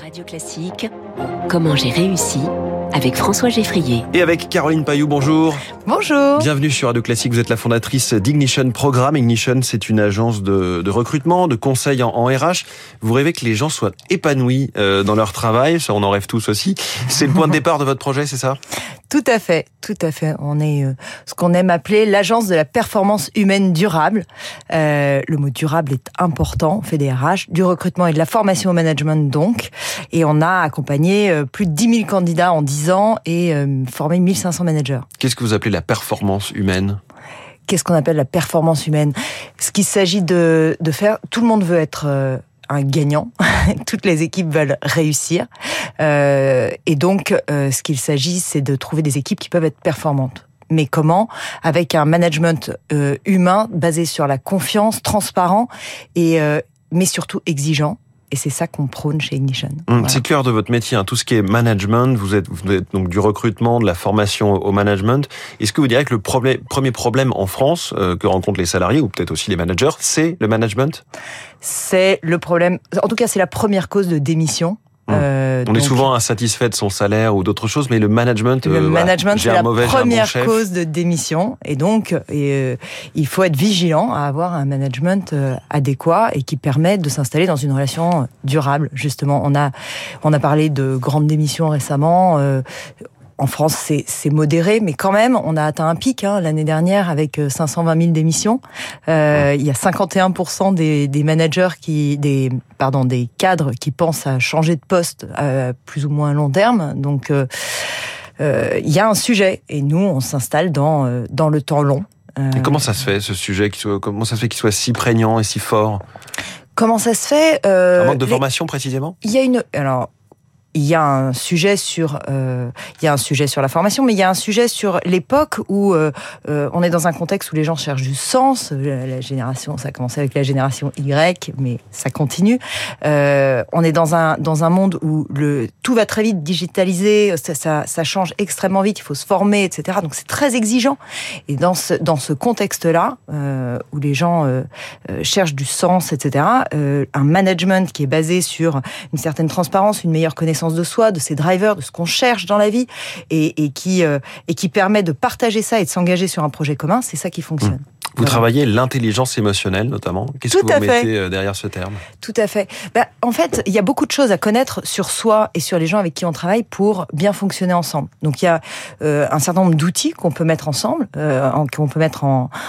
Radio Classique, comment j'ai réussi avec François Geffrier. Et avec Caroline Pailloux, bonjour. Bonjour. Bienvenue sur Radio Classique, vous êtes la fondatrice d'Ignition Programme. Ignition, c'est une agence de recrutement, de conseil en RH. Vous rêvez que les gens soient épanouis dans leur travail, ça on en rêve tous aussi. C'est le point de départ de votre projet, c'est ça ? Tout à fait. On est ce qu'on aime appeler l'agence de la performance humaine durable. Le mot durable est important, on fait des RH, du recrutement et de la formation au management donc. Et on a accompagné plus de 10 000 candidats en 10 ans et formé 1500 managers. Qu'est-ce que vous appelez la performance humaine ? Qu'est-ce qu'on appelle la performance humaine ? Ce qu'il s'agit de faire, tout le monde veut être un gagnant, toutes les équipes veulent réussir, et donc ce qu'il s'agit, c'est de trouver des équipes qui peuvent être performantes. Mais comment ? Avec un management humain basé sur la confiance, transparent et mais surtout exigeant. Et c'est ça qu'on prône chez Ignition. Voilà. C'est le cœur de votre métier, tout ce qui est management. Vous êtes donc du recrutement, de la formation au management. Est-ce que vous direz que le premier problème en France que rencontrent les salariés, ou peut-être aussi les managers, c'est le management ? C'est le problème. En tout cas, c'est la première cause de démission. On est souvent insatisfait de son salaire ou d'autres choses, mais le management, c'est la première cause de démission. Et donc, il faut être vigilant à avoir un management adéquat et qui permet de s'installer dans une relation durable. Justement, on a parlé de grandes démissions récemment. En France, c'est modéré, mais quand même, on a atteint un pic l'année dernière avec 520 000 démissions. Il y a 51% des managers des cadres qui pensent à changer de poste à plus ou moins long terme. Donc, il y a un sujet, et nous, on s'installe dans le temps long. Et comment ça se fait, ce sujet comment ça se fait qu'il soit si prégnant et si fort ? Comment ça se fait Un manque de formation, précisément ? Il y a un sujet sur la formation, mais il y a un sujet sur l'époque où on est dans un contexte où les gens cherchent du sens. La génération, ça a commencé avec la génération Y, mais ça continue. On est dans un monde où tout va très vite, digitalisé, ça change extrêmement vite. Il faut se former, etc. Donc c'est très exigeant. Et dans ce contexte-là, où les gens cherchent du sens, etc. Un management qui est basé sur une certaine transparence, une meilleure connaissance de soi, de ses drivers, de ce qu'on cherche dans la vie, et qui permet de partager ça et de s'engager sur un projet commun, c'est ça qui fonctionne. Vous travaillez l'intelligence émotionnelle, notamment. Qu'est-ce que vous mettez derrière ce terme ? Tout à fait. En fait, il y a beaucoup de choses à connaître sur soi et sur les gens avec qui on travaille pour bien fonctionner ensemble. Donc, il y a un certain nombre d'outils qu'on peut mettre ensemble, qu'on peut mettre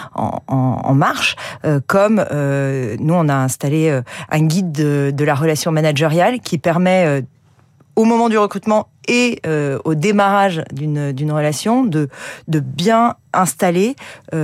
en marche, comme nous, on a installé un guide de la relation managériale qui permet au moment du recrutement et au démarrage d'une relation, de bien installer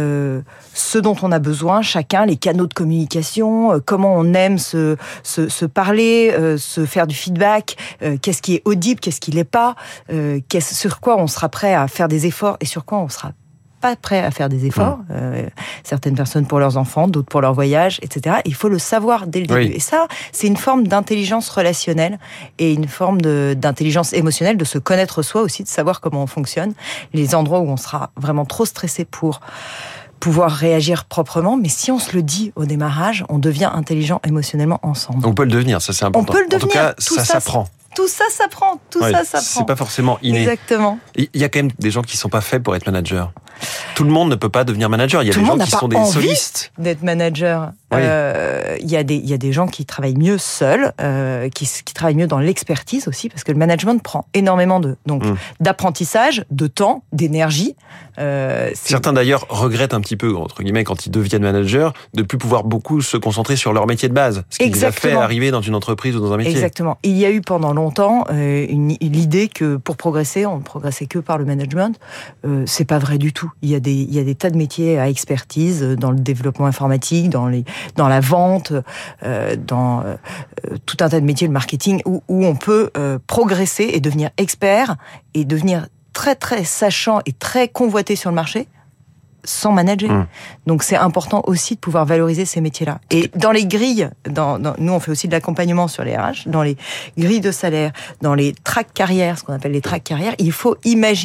ce dont on a besoin, chacun, les canaux de communication, comment on aime se parler, se faire du feedback, qu'est-ce qui est audible, qu'est-ce qui l'est pas, sur quoi on sera prêt à faire des efforts et sur quoi on sera pas prêt à faire des efforts. Certaines personnes pour leurs enfants, d'autres pour leur voyage, etc. Il faut le savoir dès le début. Et ça, c'est une forme d'intelligence relationnelle et une forme d'intelligence émotionnelle, de se connaître soi aussi, de savoir comment on fonctionne, les endroits où on sera vraiment trop stressé pour pouvoir réagir proprement, mais si on se le dit au démarrage, on devient intelligent émotionnellement ensemble. On peut le devenir, ça c'est important. On peut le devenir. En tout cas, ça s'apprend. Tout ça s'apprend. Ça s'apprend. C'est pas forcément inné. Exactement. Il y a quand même des gens qui sont pas faits pour être manager. Tout le monde ne peut pas devenir manager. Il y a des gens qui sont des solistes. D'être manager. Oui. Il y a des gens qui travaillent mieux seuls, qui travaillent mieux dans l'expertise aussi, parce que le management prend énormément d'apprentissage, de temps, d'énergie. Certains d'ailleurs regrettent un petit peu, entre guillemets, quand ils deviennent managers, de plus pouvoir beaucoup se concentrer sur leur métier de base. Ce qui les a fait arriver dans une entreprise ou dans un métier. Exactement. Il y a eu pendant longtemps l'idée que pour progresser, on ne progressait que par le management. C'est pas vrai du tout. Il y a des tas de métiers à expertise dans le développement informatique, dans la vente, dans tout un tas de métiers, le marketing, où on peut progresser et devenir expert et devenir très très sachant et très convoité sur le marché sans manager. Donc c'est important aussi de pouvoir valoriser ces métiers-là. Et dans les grilles, nous on fait aussi de l'accompagnement sur les RH, dans les grilles de salaire, dans les tracks carrières, ce qu'on appelle les tracks carrières, il faut imaginer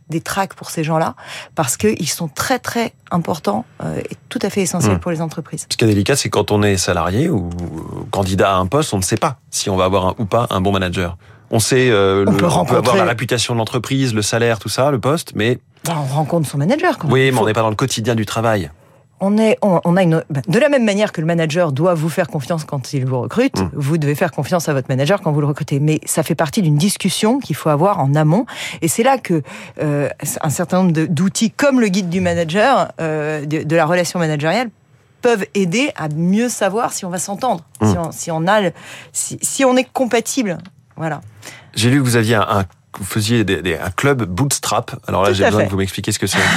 des tracks pour ces gens-là, parce qu'ils sont très très importants et tout à fait essentiels pour les entreprises. Ce qui est délicat, c'est quand on est salarié ou candidat à un poste, on ne sait pas si on va avoir ou pas un bon manager. On sait, on peut avoir la réputation de l'entreprise, le salaire, tout ça, le poste, mais... on rencontre son manager quand même. Oui, mais on n'est pas dans le quotidien du travail. De la même manière que le manager doit vous faire confiance quand il vous recrute, vous devez faire confiance à votre manager quand vous le recrutez. Mais ça fait partie d'une discussion qu'il faut avoir en amont. Et c'est là que un certain nombre d'outils comme le guide du manager, de la relation managériale, peuvent aider à mieux savoir si on va s'entendre, si on est compatible. Voilà. J'ai lu que vous aviez vous faisiez un club bootstrap. Alors là, j'ai besoin que vous m'expliquiez ce que c'est.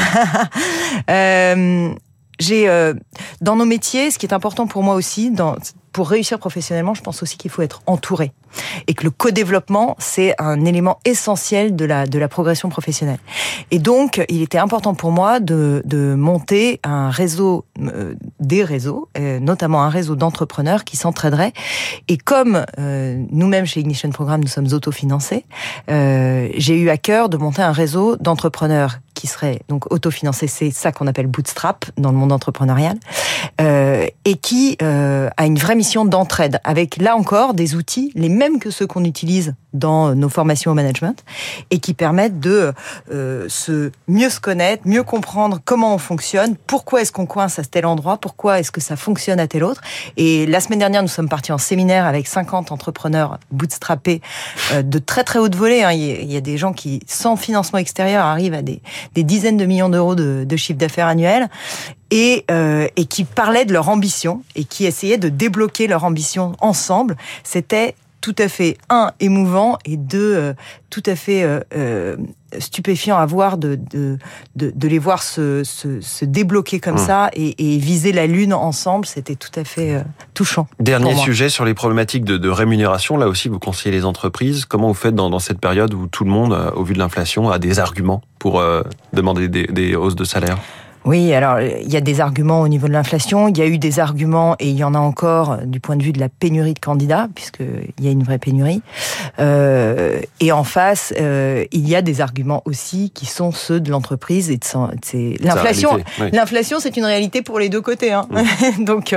Dans nos métiers, ce qui est important pour moi aussi, pour réussir professionnellement, je pense aussi qu'il faut être entouré. Et que le co-développement, c'est un élément essentiel de la progression professionnelle. Et donc, il était important pour moi de monter un réseau, des réseaux, notamment un réseau d'entrepreneurs qui s'entraideraient. Et comme nous-mêmes chez Ignition Programme, nous sommes autofinancés, j'ai eu à cœur de monter un réseau d'entrepreneurs qui seraient donc autofinancés. C'est ça qu'on appelle bootstrap dans le monde entrepreneurial, et qui a une vraie mission d'entraide, avec là encore des outils, les mêmes que ceux qu'on utilise dans nos formations au management, et qui permettent de mieux se connaître, mieux comprendre comment on fonctionne, pourquoi est-ce qu'on coince à tel endroit, pourquoi est-ce que ça fonctionne à tel autre. Et la semaine dernière, nous sommes partis en séminaire avec 50 entrepreneurs bootstrappés de très très haute volée. Il y a des gens qui, sans financement extérieur, arrivent à des dizaines de millions d'euros de chiffre d'affaires annuel. Et qui parlaient de leur ambition et qui essayaient de débloquer leur ambition ensemble. C'était tout à fait, émouvant, et tout à fait stupéfiant à voir de les voir se débloquer comme ça et viser la lune ensemble. C'était tout à fait touchant. Dernier sujet sur les problématiques de rémunération. Là aussi, vous conseillez les entreprises. Comment vous faites dans cette période où tout le monde, au vu de l'inflation, a des arguments pour demander des hausses de salaire ? Oui, alors il y a des arguments au niveau de l'inflation, il y a eu des arguments et il y en a encore du point de vue de la pénurie de candidats, puisqu'il y a une vraie pénurie. Et en face, il y a des arguments aussi qui sont ceux de l'entreprise et c'est l'inflation. Oui. L'inflation, c'est une réalité pour les deux côtés. Donc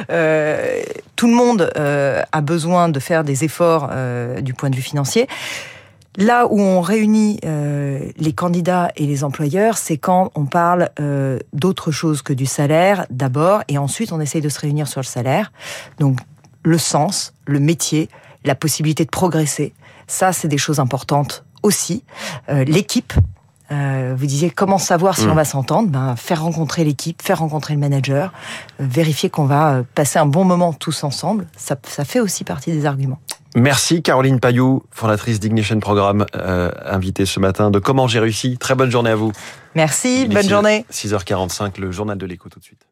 tout le monde a besoin de faire des efforts du point de vue financier. Là où on réunit les candidats et les employeurs, c'est quand on parle d'autre chose que du salaire d'abord, et ensuite on essaye de se réunir sur le salaire. Donc le sens, le métier, la possibilité de progresser, ça c'est des choses importantes aussi. L'équipe, vous disiez comment savoir si on va s'entendre, faire rencontrer l'équipe, faire rencontrer le manager, vérifier qu'on va passer un bon moment tous ensemble, ça fait aussi partie des arguments. Merci Caroline Pailloux, fondatrice d'Ignition Programme, invitée ce matin de Comment j'ai réussi. Très bonne journée à vous. Merci, bonne journée. 6h45, le journal de l'écho tout de suite.